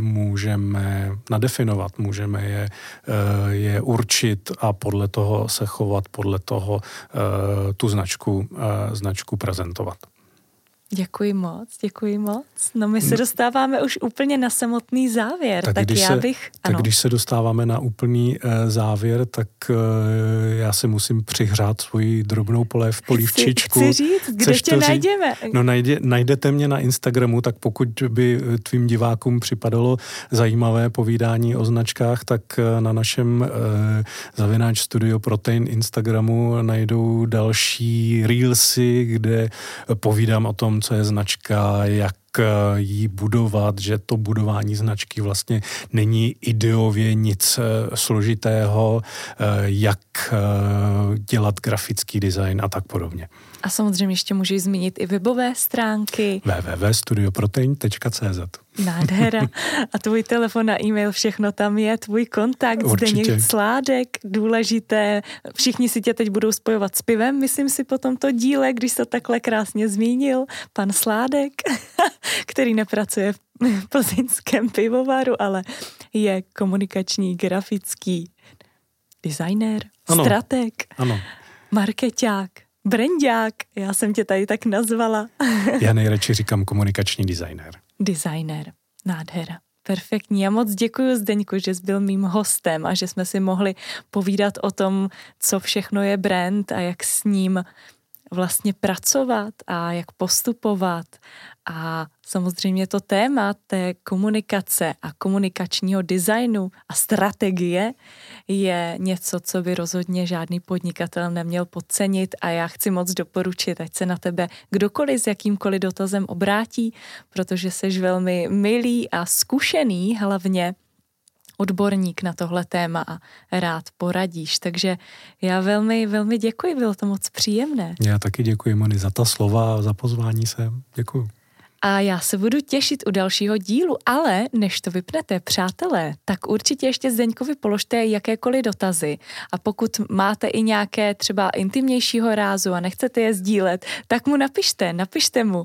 [SPEAKER 2] můžeme nadefinovat, můžeme je, e, je určit a podle toho se chovat, podle toho e, tu značku, e, značku prezentovat.
[SPEAKER 1] Děkuji moc, děkuji moc. No my se dostáváme už úplně na samotný závěr, tak, tak já
[SPEAKER 2] se,
[SPEAKER 1] bych...
[SPEAKER 2] Tak ano. Když se dostáváme na úplný e, závěr, tak e, já si musím přihřát svoji drobnou polév, polívčičku.
[SPEAKER 1] Chci, chci říct, kde Chceš tě najdeme?
[SPEAKER 2] Říct? No najde, najdete mě na Instagramu, tak pokud by tvým divákům připadalo zajímavé povídání o značkách, tak na našem e, zavináč Studio Protein Instagramu najdou další reelsy, kde povídám o tom, co je značka, jak jí budovat, že to budování značky vlastně není ideově nic složitého, jak dělat grafický design a tak podobně.
[SPEAKER 1] A samozřejmě ještě můžeš zmínit i webové stránky.
[SPEAKER 2] w w w tečka studio protein tečka c z
[SPEAKER 1] Nádhera. A tvůj telefon a e-mail, všechno tam je, tvůj kontakt, Zdeněk Sládek, důležité. Všichni si tě teď budou spojovat s pivem, myslím si po tomto díle, když to takhle krásně zmínil pan Sládek, který nepracuje v plzeňském pivovaru, ale je komunikační, grafický designér, ano. strateg,
[SPEAKER 2] ano.
[SPEAKER 1] markeťák, brandák, já jsem tě tady tak nazvala.
[SPEAKER 2] Já nejradši říkám komunikační designér.
[SPEAKER 1] Designér, nádhera. Perfektní. Já moc děkuji, Zdeňku, že jsi byl mým hostem a že jsme si mohli povídat o tom, co všechno je brand a jak s ním vlastně pracovat a jak postupovat. A samozřejmě to téma té komunikace a komunikačního designu a strategie je něco, co by rozhodně žádný podnikatel neměl podcenit a já chci moc doporučit, ať se na tebe kdokoliv s jakýmkoliv dotazem obrátí, protože jsi velmi milý a zkušený hlavně odborník na tohle téma a rád poradíš. Takže já velmi, velmi děkuji, bylo to moc příjemné.
[SPEAKER 2] Já taky děkuji, Moni, za ta slova a za pozvání sem. Děkuji.
[SPEAKER 1] A já se budu těšit u dalšího dílu, ale než to vypnete, přátelé, tak určitě ještě Zdeňkovi položte jakékoliv dotazy a pokud máte i nějaké třeba intimnějšího rázu a nechcete je sdílet, tak mu napište, napište mu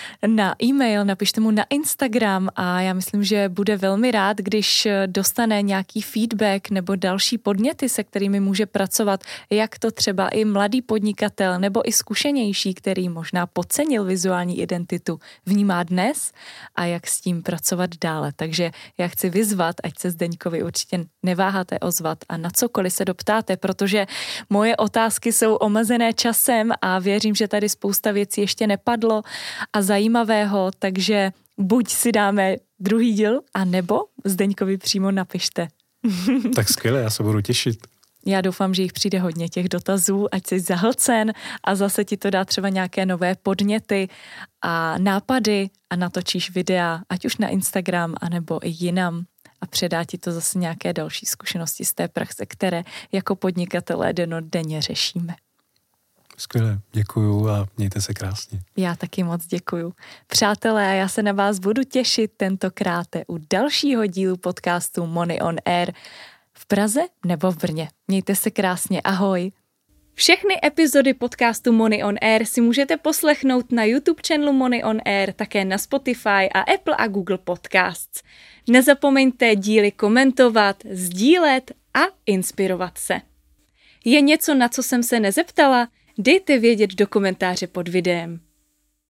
[SPEAKER 1] na e-mail, napište mu na Instagram a já myslím, že bude velmi rád, když dostane nějaký feedback nebo další podněty, se kterými může pracovat, jak to třeba i mladý podnikatel nebo i zkušenější, který možná podcenil vizuální identitu, vnímá dnes a jak s tím pracovat dále. Takže já chci vyzvat, ať se Zdeňkovi určitě neváháte ozvat a na cokoliv se doptáte, protože moje otázky jsou omezené časem a věřím, že tady spousta věcí ještě nepadlo a zajímavého, takže buď si dáme druhý díl, a nebo Zdeňkovi přímo napište.
[SPEAKER 2] Tak skvěle, já se budu těšit.
[SPEAKER 1] Já doufám, že jich přijde hodně těch dotazů, ať jsi zahlcen a zase ti to dá třeba nějaké nové podněty a nápady a natočíš videa, ať už na Instagram, anebo i jinam a předá ti to zase nějaké další zkušenosti z té praxe, které jako podnikatelé dennodenně řešíme.
[SPEAKER 2] Skvěle, děkuju a mějte se krásně.
[SPEAKER 1] Já taky moc děkuju. Přátelé, já se na vás budu těšit tentokrát u dalšího dílu podcastu Money on Air v Praze nebo v Brně. Mějte se krásně, ahoj. Všechny epizody podcastu Money on Air si můžete poslechnout na YouTube channelu Money on Air, také na Spotify a Apple a Google Podcasts. Nezapomeňte díly komentovat, sdílet a inspirovat se. Je něco, na co jsem se nezeptala? Dejte vědět do komentáře pod videem.